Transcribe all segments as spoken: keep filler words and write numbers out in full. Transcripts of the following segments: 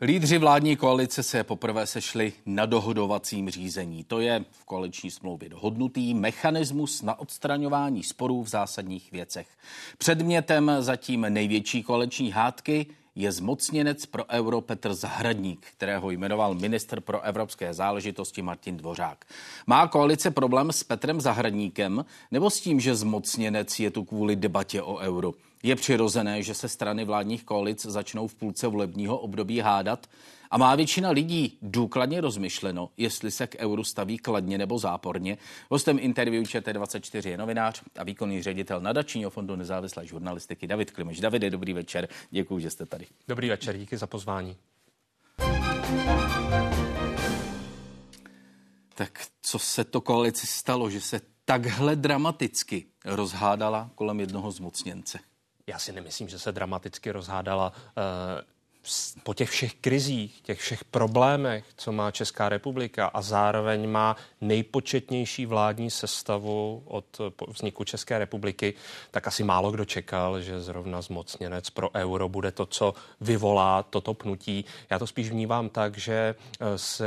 Lídři vládní koalice se poprvé sešli na dohodovacím řízení. To je v koaliční smlouvě dohodnutý mechanismus na odstraňování sporů v zásadních věcech. Předmětem zatím největší koaliční hádky je zmocněnec pro euro Petr Zahradník, kterého jmenoval ministr pro evropské záležitosti Martin Dvořák. Má koalice problém s Petrem Zahradníkem nebo s tím, že zmocněnec je tu kvůli debatě o euru? Je přirozené, že se strany vládních koalic začnou v půlce volebního období hádat a má většina lidí důkladně rozmyšleno, jestli se k euru staví kladně nebo záporně. Hostem interview Č T dvacet čtyři je novinář a výkonný ředitel Nadačního fondu nezávislé žurnalistiky David Klimeš. Davide, dobrý večer, děkuji, že jste tady. Dobrý večer, díky za pozvání. Tak co se to koalici stalo, že se takhle dramaticky rozhádala kolem jednoho zmocněnce? Já si nemyslím, že se dramaticky rozhádala. Po těch všech krizích, těch všech problémech, co má Česká republika a zároveň má nejpočetnější vládní sestavu od vzniku České republiky, tak asi málo kdo čekal, že zrovna zmocněnec pro euro bude to, co vyvolá toto pnutí. Já to spíš vnímám tak, že se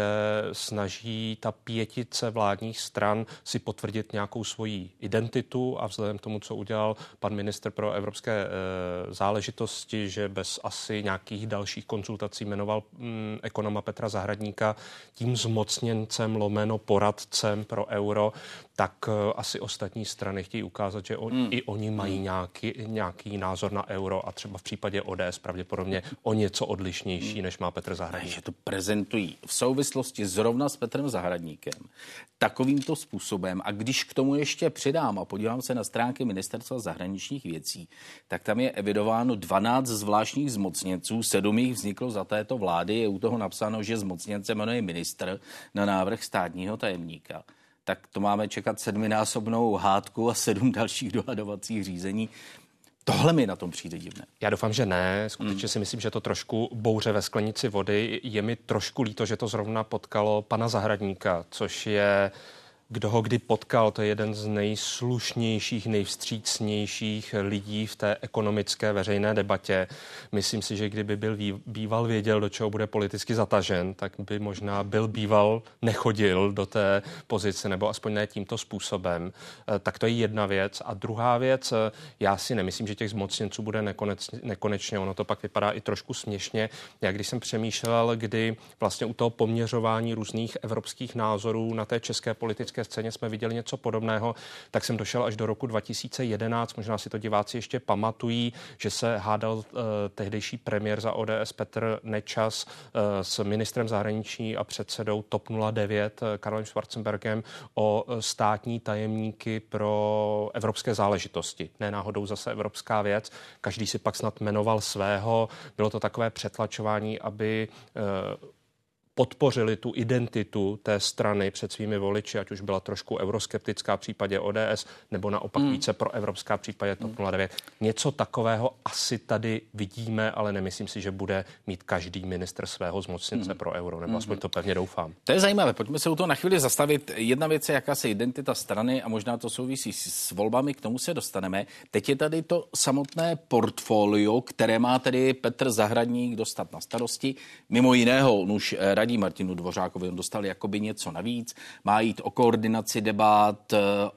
snaží ta pětice vládních stran si potvrdit nějakou svoji identitu a vzhledem k tomu, co udělal pan ministr pro evropské záležitosti, že bez asi nějakých dalších dalších konzultací jmenoval mm, ekonoma Petra Zahradníka tím zmocněncem lomeno poradcem pro euro, tak uh, asi ostatní strany chtějí ukázat, že on, mm. i oni mají nějaký, nějaký názor na euro a třeba v případě O D S pravděpodobně o něco odlišnější, mm. než má Petr Zahradník. Že to prezentují v souvislosti zrovna s Petrem Zahradníkem takovýmto způsobem. A když k tomu ještě přidám a podívám se na stránky Ministerstva zahraničních věcí, tak tam je evidováno dvanáct zvláštních zmocněnců, sedm jich vzniklo za této vlády, je u toho napsáno, že zmocněnce jmenuje ministr na návrh státního tajemníka. Tak to máme čekat sedminásobnou hádku a sedm dalších dohadovacích řízení. Tohle mi na tom přijde divné. Já doufám, že ne. Skutečně mm. si myslím, že to trošku bouře ve sklenici vody. Je mi trošku líto, že to zrovna potkalo pana Zahradníka, což je... Kdo ho kdy potkal, to je jeden z nejslušnějších, nejvstřícnějších lidí v té ekonomické veřejné debatě. Myslím si, že kdyby byl býval věděl, do čeho bude politicky zatažen, tak by možná byl býval nechodil do té pozice, nebo aspoň ne tímto způsobem. Tak to je jedna věc. A druhá věc, já si nemyslím, že těch zmocněnců bude nekonec, nekonečně. Ono to pak vypadá i trošku směšně. Já když jsem přemýšlel, kdy vlastně u toho poměřování různých evropských názorů na té české politické scéně jsme viděli něco podobného, tak jsem došel až do roku dva tisíce jedenáct, možná si to diváci ještě pamatují, že se hádal uh, tehdejší premiér za O D S Petr Nečas uh, s ministrem zahraničí a předsedou T O P nula devět uh, Karlem Schwarzenbergem o uh, státní tajemníky pro evropské záležitosti. Ne náhodou zase evropská věc. Každý si pak snad jmenoval svého. Bylo to takové přetlačování, aby uh, podpořili tu identitu té strany před svými voliči, ať už byla trošku euroskeptická v případě O D S, nebo naopak mm. více proevropská v případě T O P nula devět. Něco takového asi tady vidíme, ale nemyslím si, že bude mít každý ministr svého zmocněnce mm. pro euro, nebo mm. aspoň to pevně doufám. To je zajímavé, pojďme se u toho na chvíli zastavit. Jedna věc je jakási identita strany a možná to souvisí s volbami, k tomu se dostaneme. Teď je tady to samotné portfolio, které má tedy Petr Zahradník dostat na starosti. Mimo jiného, on už radí Martinu Dvořákovi, on dostal jakoby něco navíc, má jít o koordinaci debat,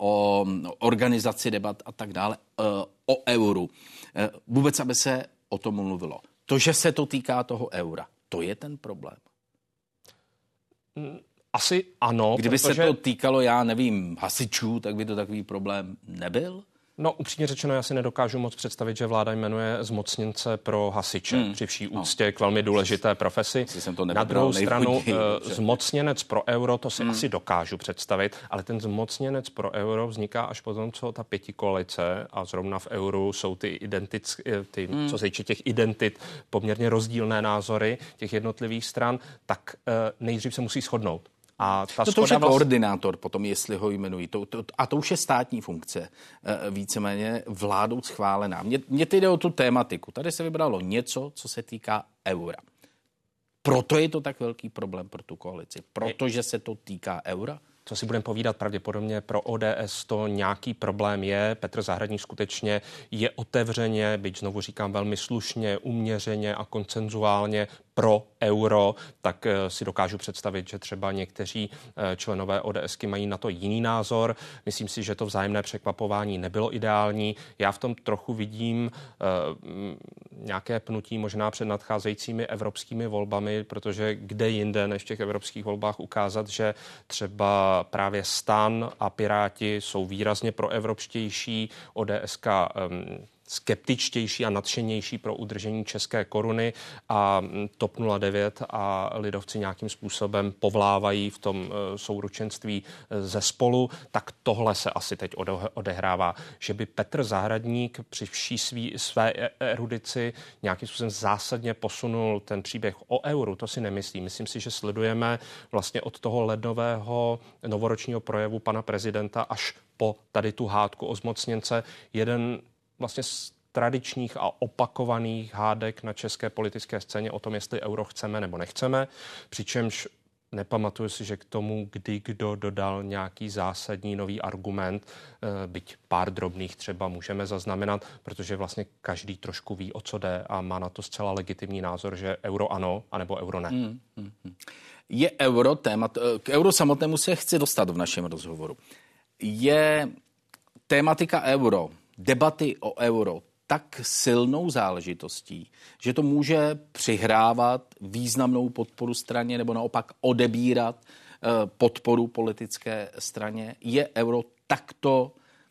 o organizaci debat a tak dále, o euru. Vůbec, aby se o tom mluvilo. To, že se to týká toho eura, to je ten problém. Asi ano. Kdyby protože... se to týkalo, já nevím, hasičů, tak by to takový problém nebyl? No, upřímně řečeno, já si nedokážu moc představit, že vláda jmenuje zmocněnce pro hasiče, hmm. při vší úctě no. k velmi důležité profesi. Na druhou stranu zmocněnec pro euro, to si hmm. asi dokážu představit, ale ten zmocněnec pro euro vzniká až potom, co ta pětikoalice, a zrovna v euru jsou ty identické, ty, hmm. co se týče těch identit, poměrně rozdílné názory těch jednotlivých stran, tak nejdřív se musí shodnout. A ta to, to už je vlast... koordinátor potom, jestli ho jmenují. To, to, a to už je státní funkce, víceméně vládou schválená. Mně, mně teď jde o tu tématiku. Tady se vybralo něco, co se týká eura. Proto je to tak velký problém pro tu koalici. Protože se to týká eura. Co si budeme povídat, pravděpodobně pro O D S to nějaký problém je. Petr Zahradník skutečně je otevřeně, byť znovu říkám velmi slušně, uměřeně a konsenzuálně pro euro, tak si dokážu představit, že třeba někteří členové ODSky mají na to jiný názor. Myslím si, že to vzájemné překvapování nebylo ideální. Já v tom trochu vidím uh, nějaké pnutí možná před nadcházejícími evropskými volbami, protože kde jinde než v těch evropských volbách ukázat, že třeba právě STAN a Piráti jsou výrazně proevropštější, ODSka um, skeptičtější a nadšenější pro udržení české koruny a TOP nula devět a lidovci nějakým způsobem povlávají v tom souručenství ze Spolu, tak tohle se asi teď odehrává. Že by Petr Zahradník při vší svý, své erudici nějakým způsobem zásadně posunul ten příběh o euru, to si nemyslím. Myslím si, že sledujeme vlastně od toho lednového novoročního projevu pana prezidenta až po tady tu hádku o zmocněnce jeden vlastně z tradičních a opakovaných hádek na české politické scéně o tom, jestli euro chceme nebo nechceme, přičemž nepamatuju si, že k tomu kdy kdo dodal nějaký zásadní nový argument, byť pár drobných třeba můžeme zaznamenat, protože vlastně každý trošku ví, o co jde a má na to zcela legitimní názor, že euro ano, anebo euro ne. Hmm, hmm, hmm. Je euro témat, k euro samotnému se chci dostat v našem rozhovoru. Je tématika euro, debaty o euro tak silnou záležitostí, že to může přihrávat významnou podporu straně nebo naopak odebírat podporu politické straně? Je euro takto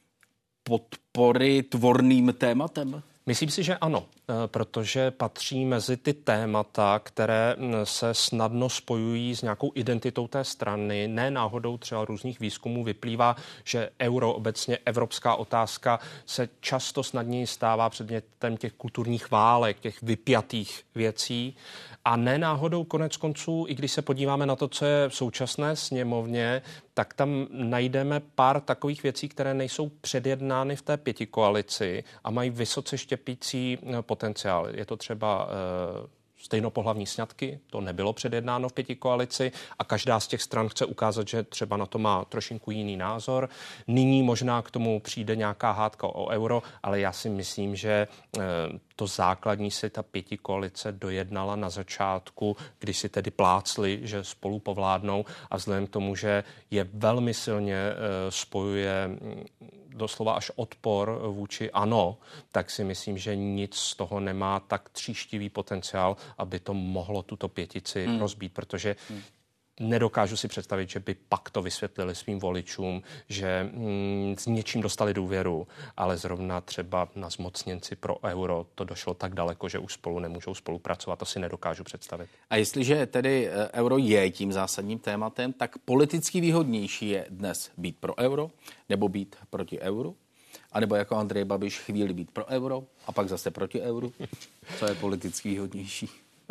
podpory tvorným tématem? Myslím si, že ano, protože patří mezi ty témata, které se snadno spojují s nějakou identitou té strany. Ne náhodou třeba různých výzkumů vyplývá, že euro obecně evropská otázka se často snadněji stává předmětem těch kulturních válek, těch vypjatých věcí. A ne náhodou konec konců, i když se podíváme na to, co je v současné sněmovně, tak tam najdeme pár takových věcí, které nejsou předjednány v té pětikoalici a mají vysoce štěpící potenciál. Je to třeba e, stejnopohlavní sňatky, to nebylo předjednáno v pětikoalici a každá z těch stran chce ukázat, že třeba na to má trošinku jiný názor. Nyní možná k tomu přijde nějaká hádka o euro, ale já si myslím, že e, to základní si ta pětikoalice dojednala na začátku, když si tedy plácli, že spolu povládnou a vzhledem k tomu, že je velmi silně e, spojuje doslova až odpor vůči ANO, tak si myslím, že nic z toho nemá tak tříštivý potenciál, aby to mohlo tuto pětici hmm. rozbít, protože hmm. nedokážu si představit, že by pak to vysvětlili svým voličům, že mm, s něčím dostali důvěru, ale zrovna třeba na zmocněnci pro euro to došlo tak daleko, že už spolu nemůžou spolupracovat. To si nedokážu představit. A jestliže tedy euro je tím zásadním tématem, tak politicky výhodnější je dnes být pro euro nebo být proti euru? A nebo jako Andrej Babiš chvíli být pro euro a pak zase proti euru? Co je politicky výhodnější?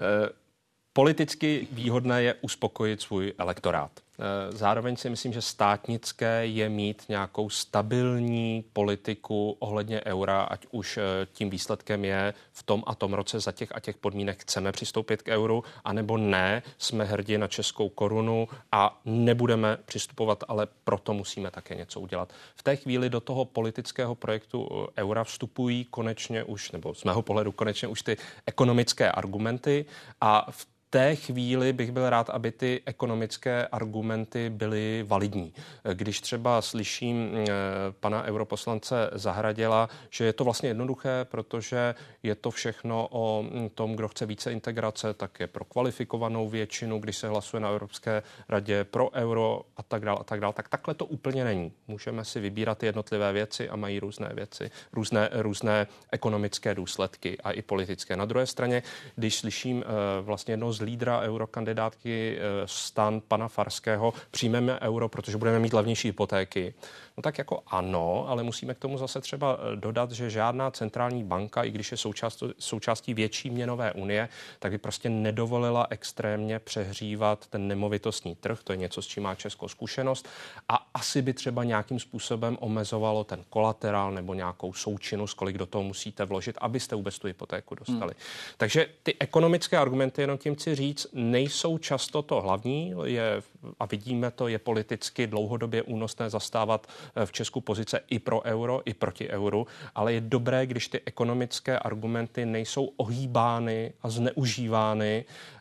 Politicky výhodné je uspokojit svůj elektorát. Zároveň si myslím, že státnické je mít nějakou stabilní politiku ohledně eura, ať už tím výsledkem je v tom a tom roce za těch a těch podmínek chceme přistoupit k euru, anebo ne, jsme hrdí na českou korunu a nebudeme přistupovat, ale proto musíme také něco udělat. V té chvíli do toho politického projektu eura vstupují konečně už, nebo z mého pohledu konečně už ty ekonomické argumenty a v V té chvíli bych byl rád, aby ty ekonomické argumenty byly validní. Když třeba slyším pana europoslance Zahradila, že je to vlastně jednoduché, protože je to všechno o tom, kdo chce více integrace, tak je pro kvalifikovanou většinu, když se hlasuje na Evropské radě pro euro a tak dále, a tak dále, tak takhle to úplně není. Můžeme si vybírat jednotlivé věci a mají různé věci, různé, různé ekonomické důsledky a i politické. Na druhé straně, když slyším vlastně jednou z lídra eurokandidátky STAN pana Farského, přijmeme euro, protože budeme mít levnější hypotéky. No tak jako ano, ale musíme k tomu zase třeba dodat, že žádná centrální banka, i když je součást, součástí větší měnové unie, tak by prostě nedovolila extrémně přehřívat ten nemovitostní trh. To je něco, s čím má Česko zkušenost. A asi by třeba nějakým způsobem omezovalo ten kolaterál nebo nějakou součinnost, kolik do toho musíte vložit, abyste vůbec tu hypotéku dostali. Hmm. Takže ty ekonomické argumenty, jenom tím chci říct, nejsou často to hlavní, je, a vidíme to, je politicky dlouhodobě únosné zastávat v Česku pozice i pro euro, i proti euru, ale je dobré, když ty ekonomické argumenty nejsou ohýbány a zneužívány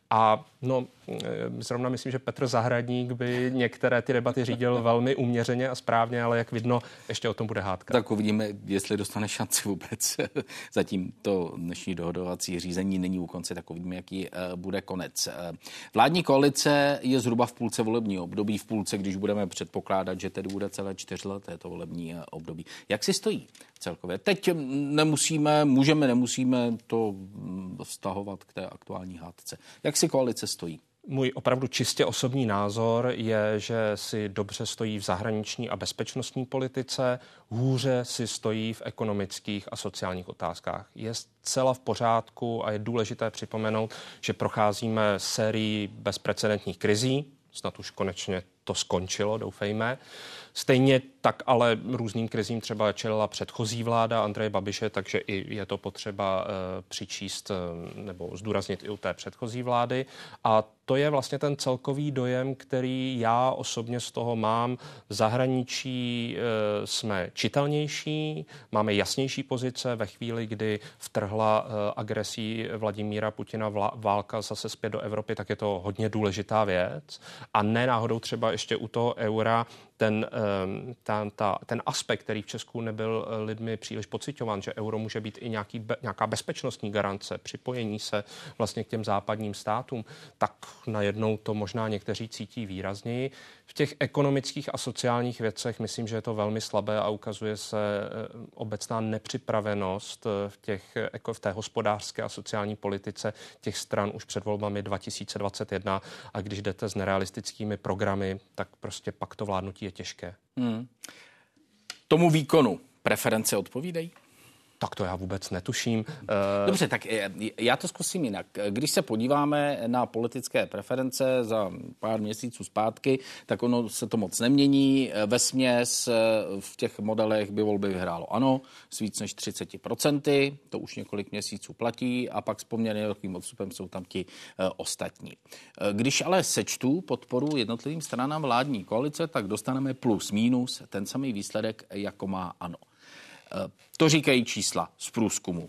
A no, zrovna myslím, že Petr Zahradník by některé ty debaty řídil velmi uměřeně a správně, ale jak vidno, ještě o tom bude hádka. Tak uvidíme, jestli dostane šanci vůbec. Zatím to dnešní dohodovací řízení není u konce, tak uvidíme, jaký bude konec. Vládní koalice je zhruba v půlce volebního období, v půlce, když budeme předpokládat, že tedy bude celé čtyřleté to volební období. Jak si stojí celkově? Teď nemusíme, můžeme, nemusíme to vztahovat k té aktuální hádce. Jak si koalice stojí? Můj opravdu čistě osobní názor je, že si dobře stojí v zahraniční a bezpečnostní politice, hůře si stojí v ekonomických a sociálních otázkách. Je zcela v pořádku a je důležité připomenout, že procházíme sérii bezprecedentních krizí, snad už konečně to skončilo, doufejme. Stejně tak ale různým krizím třeba čelila předchozí vláda Andreje Babiše, takže i je to potřeba uh, přičíst uh, nebo zdůraznit i u té předchozí vlády. A to je vlastně ten celkový dojem, který já osobně z toho mám. V zahraničí uh, jsme čitelnější, máme jasnější pozice ve chvíli, kdy vtrhla uh, agresí Vladimíra Putina vla, válka zase zpět do Evropy, tak je to hodně důležitá věc. A ne náhodou třeba ještě u toho eura ten, ta, ta, ten aspekt, který v Česku nebyl lidmi příliš pociťován, že euro může být i nějaký, be, nějaká bezpečnostní garance, připojení se vlastně k těm západním státům, tak najednou to možná někteří cítí výrazněji. V těch ekonomických a sociálních věcech myslím, že je to velmi slabé a ukazuje se obecná nepřipravenost v, těch, v té hospodářské a sociální politice těch stran už před volbami dva tisíce dvacet jedna a když jdete s nerealistickými programy, tak prostě pak to vládnutí je těžké. Hmm. Tomu výkonu preference odpovídají? Tak to já vůbec netuším. Dobře, tak já to zkusím jinak. Když se podíváme na politické preference za pár měsíců zpátky, tak ono se to moc nemění. Vesměs v těch modelech by volby vyhrálo ANO s víc než třicet procent, to už několik měsíců platí a pak s poměrně velkým odstupem jsou tam ti ostatní. Když ale sečtu podporu jednotlivým stranám vládní koalice, tak dostaneme plus minus ten samý výsledek, jako má ANO. To říkají čísla z průzkumu.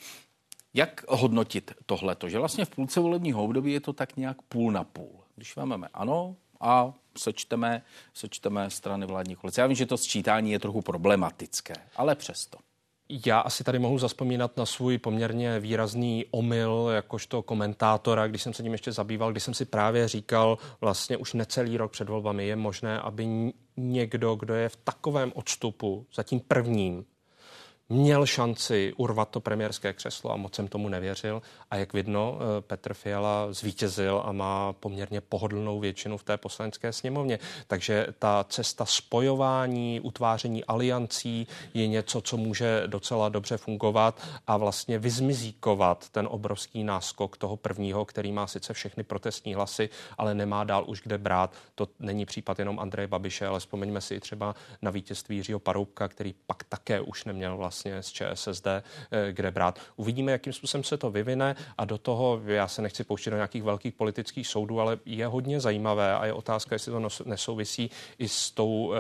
Jak hodnotit tohleto? Že vlastně v půlce volebního období je to tak nějak půl na půl. Když máme ANO a sečteme, sečteme strany vládní koalice. Já vím, že to sčítání je trochu problematické, ale přesto. Já asi tady mohu zazpomínat na svůj poměrně výrazný omyl jakožto komentátora, když jsem se tím ještě zabýval, když jsem si právě říkal vlastně už necelý rok před volbami je možné, aby někdo, kdo je v takovém odstupu za tím prvním, měl šanci urvat to premiérské křeslo a moc jsem tomu nevěřil. A jak vidno, Petr Fiala zvítězil a má poměrně pohodlnou většinu v té poslanecké sněmovně. Takže ta cesta spojování, utváření aliancí je něco, co může docela dobře fungovat a vlastně vyzmizíkovat ten obrovský náskok toho prvního, který má sice všechny protestní hlasy, ale nemá dál už kde brát. To není případ jenom Andreje Babiše, ale vzpomeňme si třeba na vítězství Jiřího Paroubka, který pak také už neměl vlastně z ČSSD kde brát. Uvidíme, jakým způsobem se to vyvine a do toho, já se nechci pouštět do nějakých velkých politických soudů, ale je hodně zajímavé a je otázka, jestli to nesouvisí i s tou um,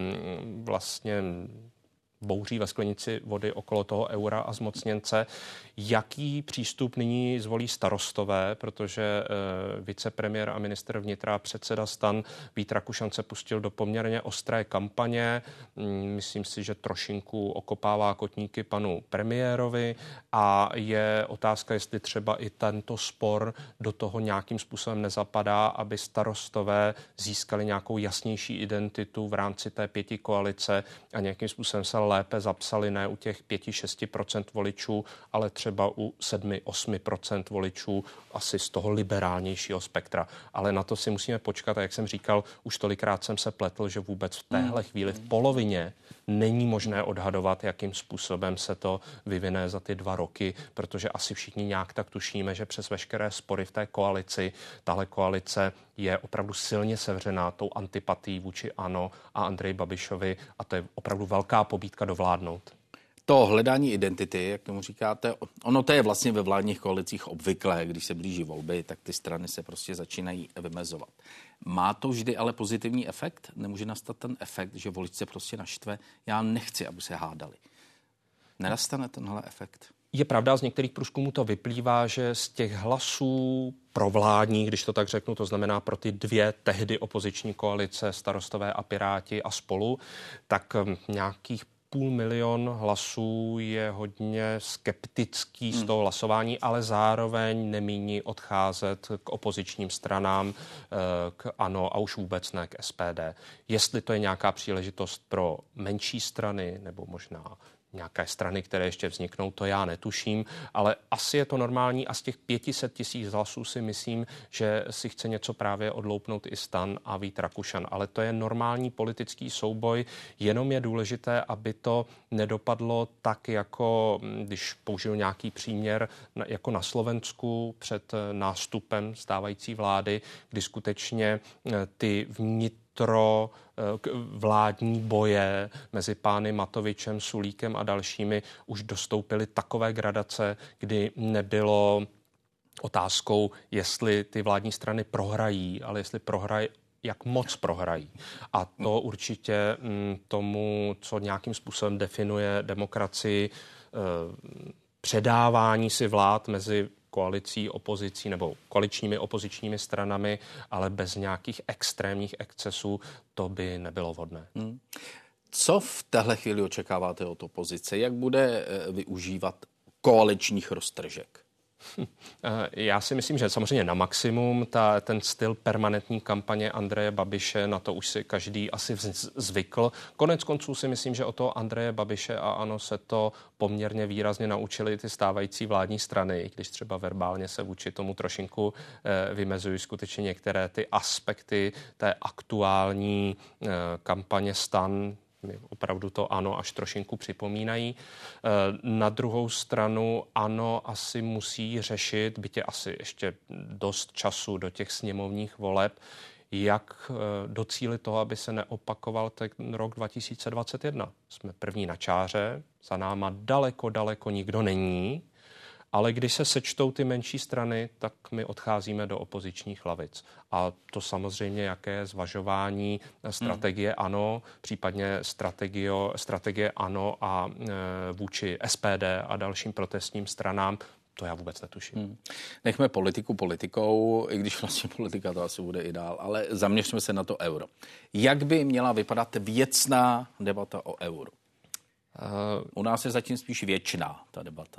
vlastně bouří ve sklenici vody okolo toho eura a zmocněnce. Jaký přístup nyní zvolí starostové, protože e, vicepremiér a ministr vnitra předseda STAN Vít Rakušan se pustil do poměrně ostré kampaně. Myslím si, že trošinku okopává kotníky panu premiérovi a je otázka, jestli třeba i tento spor do toho nějakým způsobem nezapadá, aby starostové získali nějakou jasnější identitu v rámci té pěti koalice a nějakým způsobem se lépe zapsali ne u těch pět až šest procent voličů, ale třeba u sedm až osm procent voličů asi z toho liberálnějšího spektra. Ale na to si musíme počkat a jak jsem říkal, už tolikrát jsem se pletl, že vůbec v téhle chvíli v polovině není možné odhadovat, jakým způsobem se to vyvine za ty dva roky, protože asi všichni nějak tak tušíme, že přes veškeré spory v té koalici, tahle koalice je opravdu silně sevřená tou antipatií vůči ANO a Andreji Babišovi a to je opravdu velká pobídka dovládnout. To hledání identity, jak tomu říkáte, ono to je vlastně ve vládních koalicích obvyklé, když se blíží volby, tak ty strany se prostě začínají vymezovat. Má to vždy ale pozitivní efekt? Nemůže nastat ten efekt, že volič se prostě naštve, já nechci, aby se hádali. Nenastane tenhle efekt? Je pravda, z některých průzkumů to vyplývá, že z těch hlasů provládních, když to tak řeknu, to znamená pro ty dvě tehdy opoziční koalice, Starostové a Piráti a Spolu, tak nějakých půl milion hlasů je hodně skeptický z toho hlasování, ale zároveň nemíní odcházet k opozičním stranám, k ANO a už vůbec ne k S P D. Jestli to je nějaká příležitost pro menší strany nebo možná nějaké strany, které ještě vzniknou, to já netuším, ale asi je to normální a z těch pět set tisíc hlasů si myslím, že si chce něco právě odloupnout i STAN a Vít Rakušan. Ale to je normální politický souboj, jenom je důležité, aby to nedopadlo tak, jako když použiju nějaký příměr, jako na Slovensku před nástupem stávající vlády, kdy skutečně ty vnitř pro vládní boje mezi pány Matovičem, Sulíkem a dalšími už dostoupily takové gradace, kdy nebylo otázkou, jestli ty vládní strany prohrají, ale jestli prohrají, jak moc prohrají. A to určitě tomu, co nějakým způsobem definuje demokracii, předávání si vlád mezi koalicí, opozicí nebo koaličními opozičními stranami, ale bez nějakých extrémních excesů, to by nebylo vhodné. Hmm. Co v téhle chvíli očekáváte od opozice? Jak bude využívat koaličních roztržek? Já si myslím, že samozřejmě na maximum ta, ten styl permanentní kampaně Andreje Babiše, na to už si každý asi zvykl. Konec konců si myslím, že o to Andreje Babiše a ANO se to poměrně výrazně naučili ty stávající vládní strany, když třeba verbálně se vůči tomu trošinku vymezují skutečně některé ty aspekty té aktuální kampaně STAN, opravdu to ANO až trošinku připomínají. Na druhou stranu ANO asi musí řešit, byť je asi ještě dost času do těch sněmovních voleb, jak docílit toho, aby se neopakoval ten rok dva tisíce dvacet jedna. Jsme první na čáře, za náma daleko, daleko nikdo není, ale když se sečtou ty menší strany, tak my odcházíme do opozičních lavic. A to samozřejmě, jaké zvažování strategie hmm. ANO, případně strategie, strategie ANO a e, vůči S P D a dalším protestním stranám, to já vůbec netuším. Hmm. Nechme politiku politikou, i když vlastně politika to asi bude i dál, ale zaměřme se na to euro. Jak by měla vypadat věcná debata o euru? Uh, U nás je zatím spíš věčná ta debata.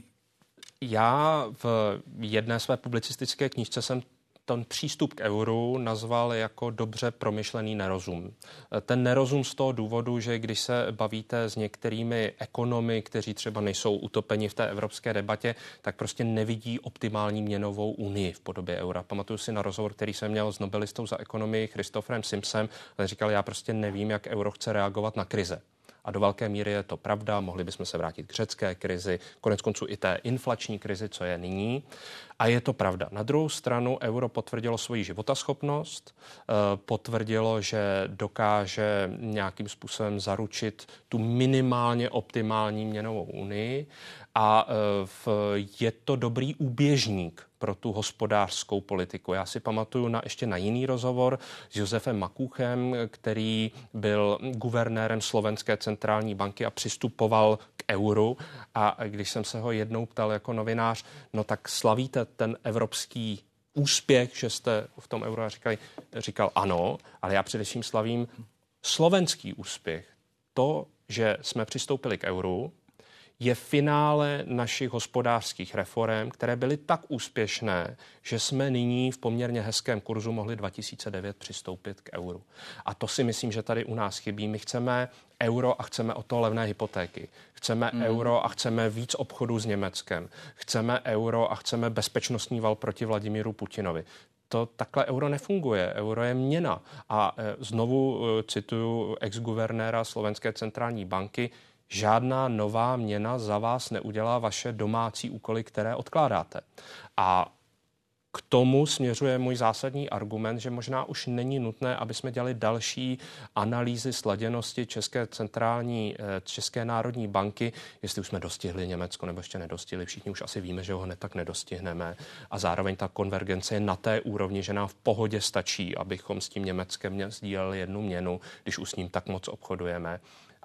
Já v jedné své publicistické knížce jsem ten přístup k euru nazval jako dobře promyšlený nerozum. Ten nerozum z toho důvodu, že když se bavíte s některými ekonomy, kteří třeba nejsou utopeni v té evropské debatě, tak prostě nevidí optimální měnovou unii v podobě eura. Pamatuju si na rozhovor, který jsem měl s nobelistou za ekonomii Christopherem Simsem, ale říkal, já prostě nevím, jak euro chce reagovat na krize. A do velké míry je to pravda, mohli bychom se vrátit k řecké krizi, konec konců i té inflační krizi, co je nyní. A je to pravda. Na druhou stranu euro potvrdilo svoji životaschopnost, potvrdilo, že dokáže nějakým způsobem zaručit tu minimálně optimální měnovou unii a je to dobrý úběžník pro tu hospodářskou politiku. Já si pamatuju na, ještě na jiný rozhovor s Josefem Makuchem, který byl guvernérem Slovenské centrální banky a přistupoval k euru. A když jsem se ho jednou ptal jako novinář, no tak slavíte ten evropský úspěch, že jste v tom euru, a říkali, říkal ano, ale já především slavím slovenský úspěch. To, že jsme přistoupili k euru, je finále našich hospodářských reforem, které byly tak úspěšné, že jsme nyní v poměrně hezkém kurzu mohli dva tisíce devět přistoupit k euru. A to si myslím, že tady u nás chybí. My chceme euro a chceme o to levné hypotéky. Chceme mm. euro a chceme víc obchodu s Německem. Chceme euro a chceme bezpečnostní val proti Vladimíru Putinovi. To takhle euro nefunguje. Euro je měna. A e, znovu e, cituju ex-guvernéra Slovenské centrální banky, žádná nová měna za vás neudělá vaše domácí úkoly, které odkládáte. A k tomu směřuje můj zásadní argument, že možná už není nutné, aby jsme dělali další analýzy sladěnosti České centrální, České národní banky, jestli už jsme dostihli Německo nebo ještě nedostihli. Všichni už asi víme, že ho hned tak nedostihneme. A zároveň ta konvergence je na té úrovni, že nám v pohodě stačí, abychom s tím Německem sdíleli jednu měnu, když už s ním tak moc obchodujeme.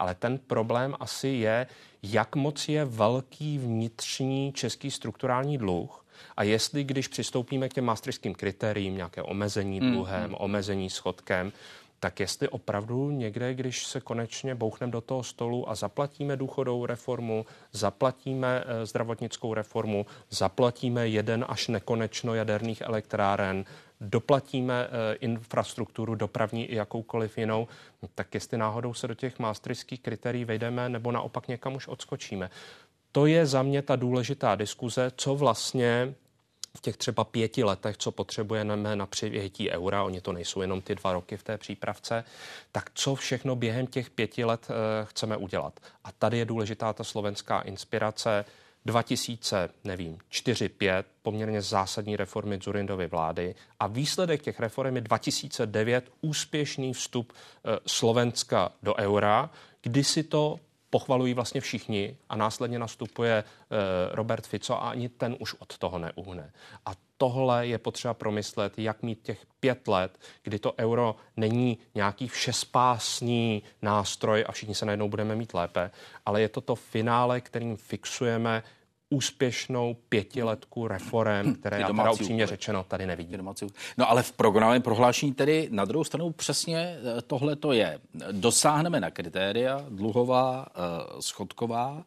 Ale ten problém asi je, jak moc je velký vnitřní český strukturální dluh a jestli, když přistoupíme k těm maastrichtským kritériím, nějaké omezení dluhem, mm. omezení schodkem, tak jestli opravdu někde, když se konečně bouchneme do toho stolu a zaplatíme důchodovou reformu, zaplatíme e, zdravotnickou reformu, zaplatíme jeden až nekonečno jaderných elektráren, doplatíme e, infrastrukturu dopravní i jakoukoliv jinou, tak jestli náhodou se do těch maastrichtských kritérií vejdeme nebo naopak někam už odskočíme. To je za mě ta důležitá diskuze, co vlastně v těch třeba pěti letech, co potřebujeme na přijetí eura, oni to nejsou jenom ty dva roky v té přípravce, tak co všechno během těch pěti let e, chceme udělat. A tady je důležitá ta slovenská inspirace. dva tisíce, nevím, čtyři pět, poměrně zásadní reformy Dzurindovy vlády a výsledek těch reform je dva tisíce devět, úspěšný vstup e, Slovenska do eura, kdy si to pochvalují vlastně všichni a následně nastupuje e, Robert Fico a ani ten už od toho neuhne. A tohle je potřeba promyslet, jak mít těch pět let, kdy to euro není nějaký všespásný nástroj a všichni se najednou budeme mít lépe, ale je to to finále, kterým fixujeme úspěšnou pětiletku reforem, které já teda upřímně řečeno tady nevidím. No ale v programovém prohlášení tedy na druhou stranu přesně tohle to je. Dosáhneme na kritéria dluhová, schodková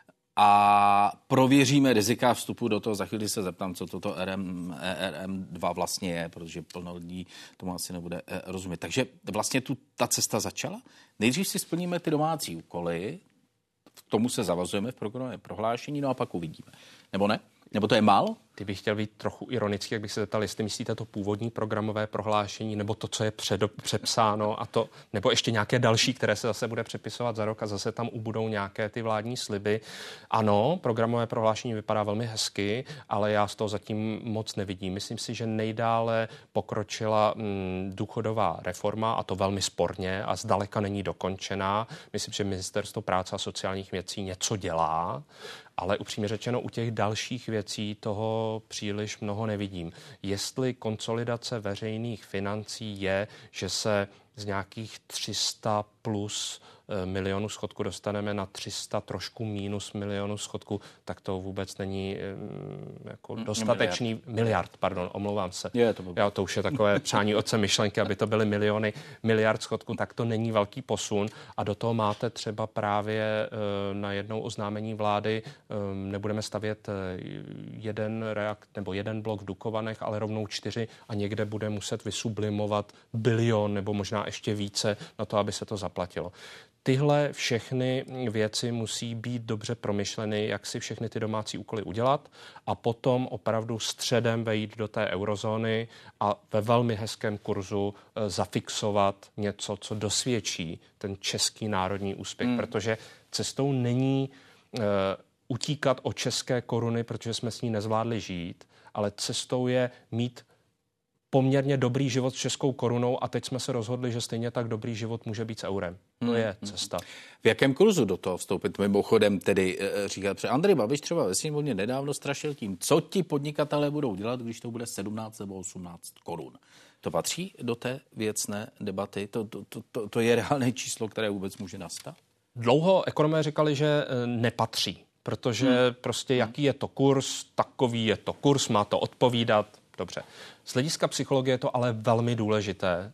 a prověříme rizika vstupu do toho. Za chvíli se zeptám, co toto R M, R M dva vlastně je, protože plno lidí tomu asi nebude rozumět. Takže vlastně tu ta cesta začala. Nejdřív si splníme ty domácí úkoly, k tomu se zavazujeme v programovém prohlášení, no a pak uvidíme. Nebo ne? Nebo to je málo? Kdybych chtěl být trochu ironický, jak bych se zeptal, jestli myslíte to původní programové prohlášení, nebo to, co je před, přepsáno, a to, nebo ještě nějaké další, které se zase bude přepisovat za rok a zase tam ubudou nějaké ty vládní sliby. Ano, programové prohlášení vypadá velmi hezky, ale já z toho zatím moc nevidím. Myslím si, že nejdále pokročila hm, důchodová reforma, a to velmi sporně a zdaleka není dokončená. Myslím, že Ministerstvo práce a sociálních věcí něco dělá, ale upřímně řečeno u těch dalších věcí toho příliš mnoho nevidím. Jestli konsolidace veřejných financí je, že se z nějakých tři sta plus milionů schodku dostaneme na tři sta trošku mínus milionů schodku, tak to vůbec není jako dostatečný miliard, miliard pardon, omlouvám se. Je, to, Já, to už je takové přání otce myšlenky, aby to byly miliony, miliard schodku, tak to není velký posun a do toho máte třeba právě na jednou oznámení vlády nebudeme stavět jeden reakt, nebo jeden blok v Dukovanech, ale rovnou čtyři a někde bude muset vysublimovat bilion nebo možná ještě více na to, aby se to zaplatilo. Tyhle všechny věci musí být dobře promyšleny, jak si všechny ty domácí úkoly udělat a potom opravdu středem vejít do té eurozóny a ve velmi hezkém kurzu e, zafixovat něco, co dosvědčí ten český národní úspěch, hmm. protože cestou není e, utíkat od české koruny, protože jsme s ní nezvládli žít, ale cestou je mít poměrně dobrý život s českou korunou a teď jsme se rozhodli, že stejně tak dobrý život může být s eurem. To hmm. je cesta. V jakém kurzu do toho vstoupit? Mimochodem tedy říkat, že Andrej Babiš třeba ve sněmovně nedávno strašil tím, co ti podnikatelé budou dělat, když to bude sedmnáct nebo osmnáct korun. To patří do té věcné debaty? To, to, to, to je reálné číslo, které vůbec může nastat? Dlouho ekonomé říkali, že nepatří, protože hmm. prostě jaký je to kurz, takový je to kurz, má to odpovídat. Dobře. Z hlediska psychologie je to ale velmi důležité.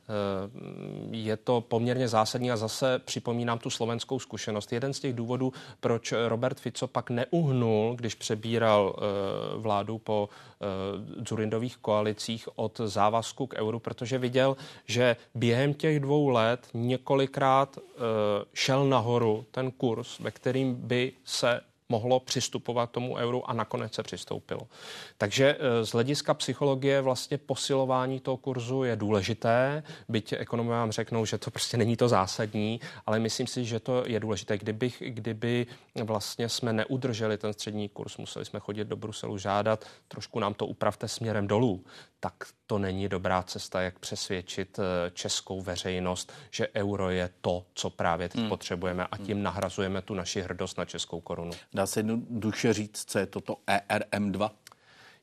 Je to poměrně zásadní a zase připomínám tu slovenskou zkušenost. Jeden z těch důvodů, proč Robert Fico pak neuhnul, když přebíral vládu po Dzurindových koalicích od závazku k euru, protože viděl, že během těch dvou let několikrát šel nahoru ten kurz, ve kterým by se mohlo přistupovat tomu euru a nakonec se přistoupilo. Takže z hlediska psychologie vlastně posilování toho kurzu je důležité, byť ekonomové vám řeknou, že to prostě není to zásadní, ale myslím si, že to je důležité. Kdybych, kdyby vlastně jsme neudrželi ten střední kurz, museli jsme chodit do Bruselu žádat, trošku nám to upravte směrem dolů, tak to není dobrá cesta, jak přesvědčit českou veřejnost, že euro je to, co právě teď hmm. potřebujeme a tím nahrazujeme tu naši hrdost na českou korunu. Dá se jednoduše říct, co je toto E R M dva?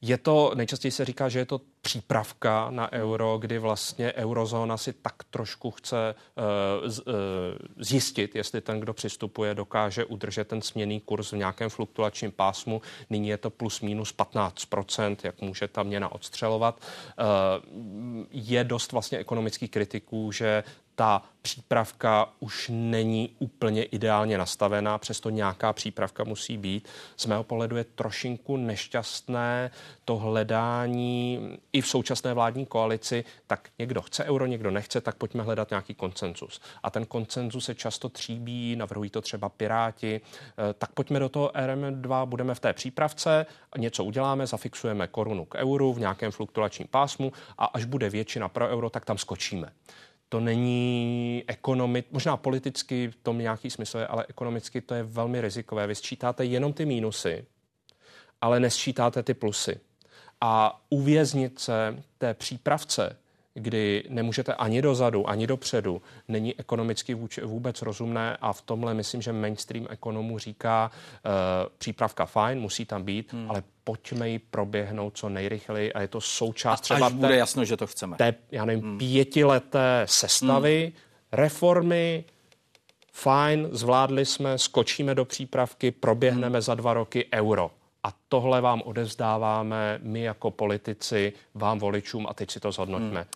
Je to, nejčastěji se říká, že je to přípravka na euro, kdy vlastně eurozóna si tak trošku chce uh, z, uh, zjistit, jestli ten, kdo přistupuje, dokáže udržet ten směnný kurz v nějakém fluktuačním pásmu. Nyní je to plus minus patnáct procent, jak může ta měna odstřelovat. Uh, je dost vlastně ekonomických kritiků, že ta přípravka už není úplně ideálně nastavená, přesto nějaká přípravka musí být. Z mého pohledu je trošinku nešťastné to hledání i v současné vládní koalici, tak někdo chce euro, někdo nechce, tak pojďme hledat nějaký konsenzus. A ten konsenzus se často tříbí, navrhují to třeba Piráti, tak pojďme do toho R M dva, budeme v té přípravce, něco uděláme, zafixujeme korunu k euru v nějakém fluktuačním pásmu a až bude většina pro euro, tak tam skočíme. To není ekonomik, možná politicky v tom nějaký smysl je, ale ekonomicky to je velmi rizikové. Vy sčítáte jenom ty mínusy, ale nesčítáte ty plusy. A uvěznit se té přípravce, kdy nemůžete ani dozadu, ani dopředu, není ekonomicky vůbec rozumné a v tomhle myslím, že mainstream ekonomů říká, uh, přípravka fajn, musí tam být, hmm. ale pojďme ji proběhnout co nejrychleji a je to součást a třeba až bude té, jasno, že to chceme. té, já nevím, hmm. pětileté sestavy, hmm. reformy, fajn, zvládli jsme, skočíme do přípravky, proběhneme hmm. za dva roky euro. A tohle vám odevzdáváme my jako politici, vám voličům a teď si to zhodnoťme. Hmm.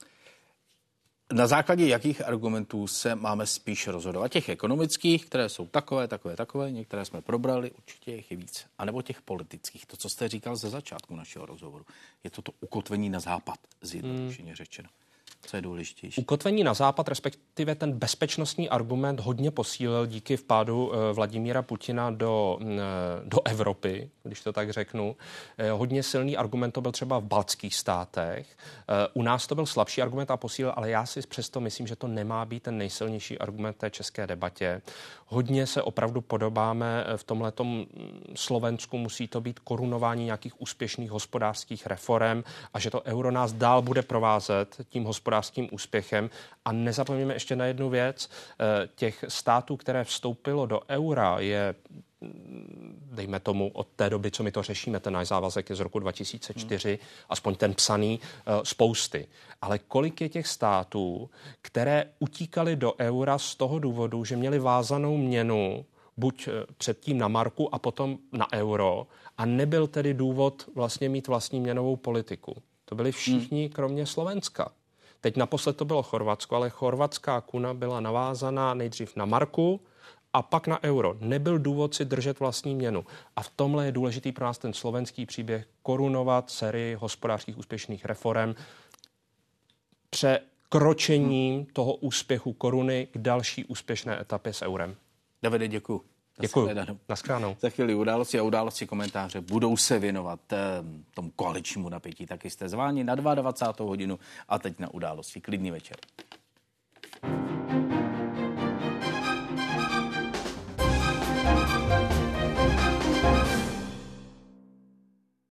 Na základě jakých argumentů se máme spíš rozhodovat? Těch ekonomických, které jsou takové, takové, takové, některé jsme probrali, určitě jich je víc. A nebo těch politických, to, co jste říkal ze začátku našeho rozhovoru. Je to to ukotvení na západ, zjednodušeně hmm. řečeno. Co je důležitější? Ukotvení na západ, respektive ten bezpečnostní argument hodně posílil díky vpádu Vladimíra Putina do, do Evropy, když to tak řeknu. Hodně silný argument to byl třeba v baltských státech. U nás to byl slabší argument a posílil, ale já si přesto myslím, že to nemá být ten nejsilnější argument té české debatě. Hodně se opravdu podobáme v tomhletom Slovensku, musí to být korunování nějakých úspěšných hospodářských reforem a že to euro nás dál bude provázet tím hospodářským úspěchem. A nezapomeňme ještě na jednu věc. Těch států, které vstoupilo do eura, je, dejme tomu, od té doby, co my to řešíme, ten náš závazek je z roku dva tisíce čtyři, hmm. aspoň ten psaný, spousty. Ale kolik je těch států, které utíkaly do eura z toho důvodu, že měli vázanou měnu buď předtím na marku a potom na euro a nebyl tedy důvod vlastně mít vlastní měnovou politiku. To byli všichni, hmm. kromě Slovenska. Teď naposled to bylo Chorvatsko, ale chorvatská kuna byla navázaná nejdřív na marku a pak na euro. Nebyl důvod si držet vlastní měnu. A v tomhle je důležitý pro nás ten slovenský příběh korunovat sérii hospodářských úspěšných reforem překročením hmm. toho úspěchu koruny k další úspěšné etapě s eurem. Davide, děkuju. Děkuji. Naschledanou. Za chvíli události a události komentáře budou se věnovat eh, tomu koaličnímu napětí. Taky jste zváni na dvacátou druhou hodinu a teď na Události. Klidný večer.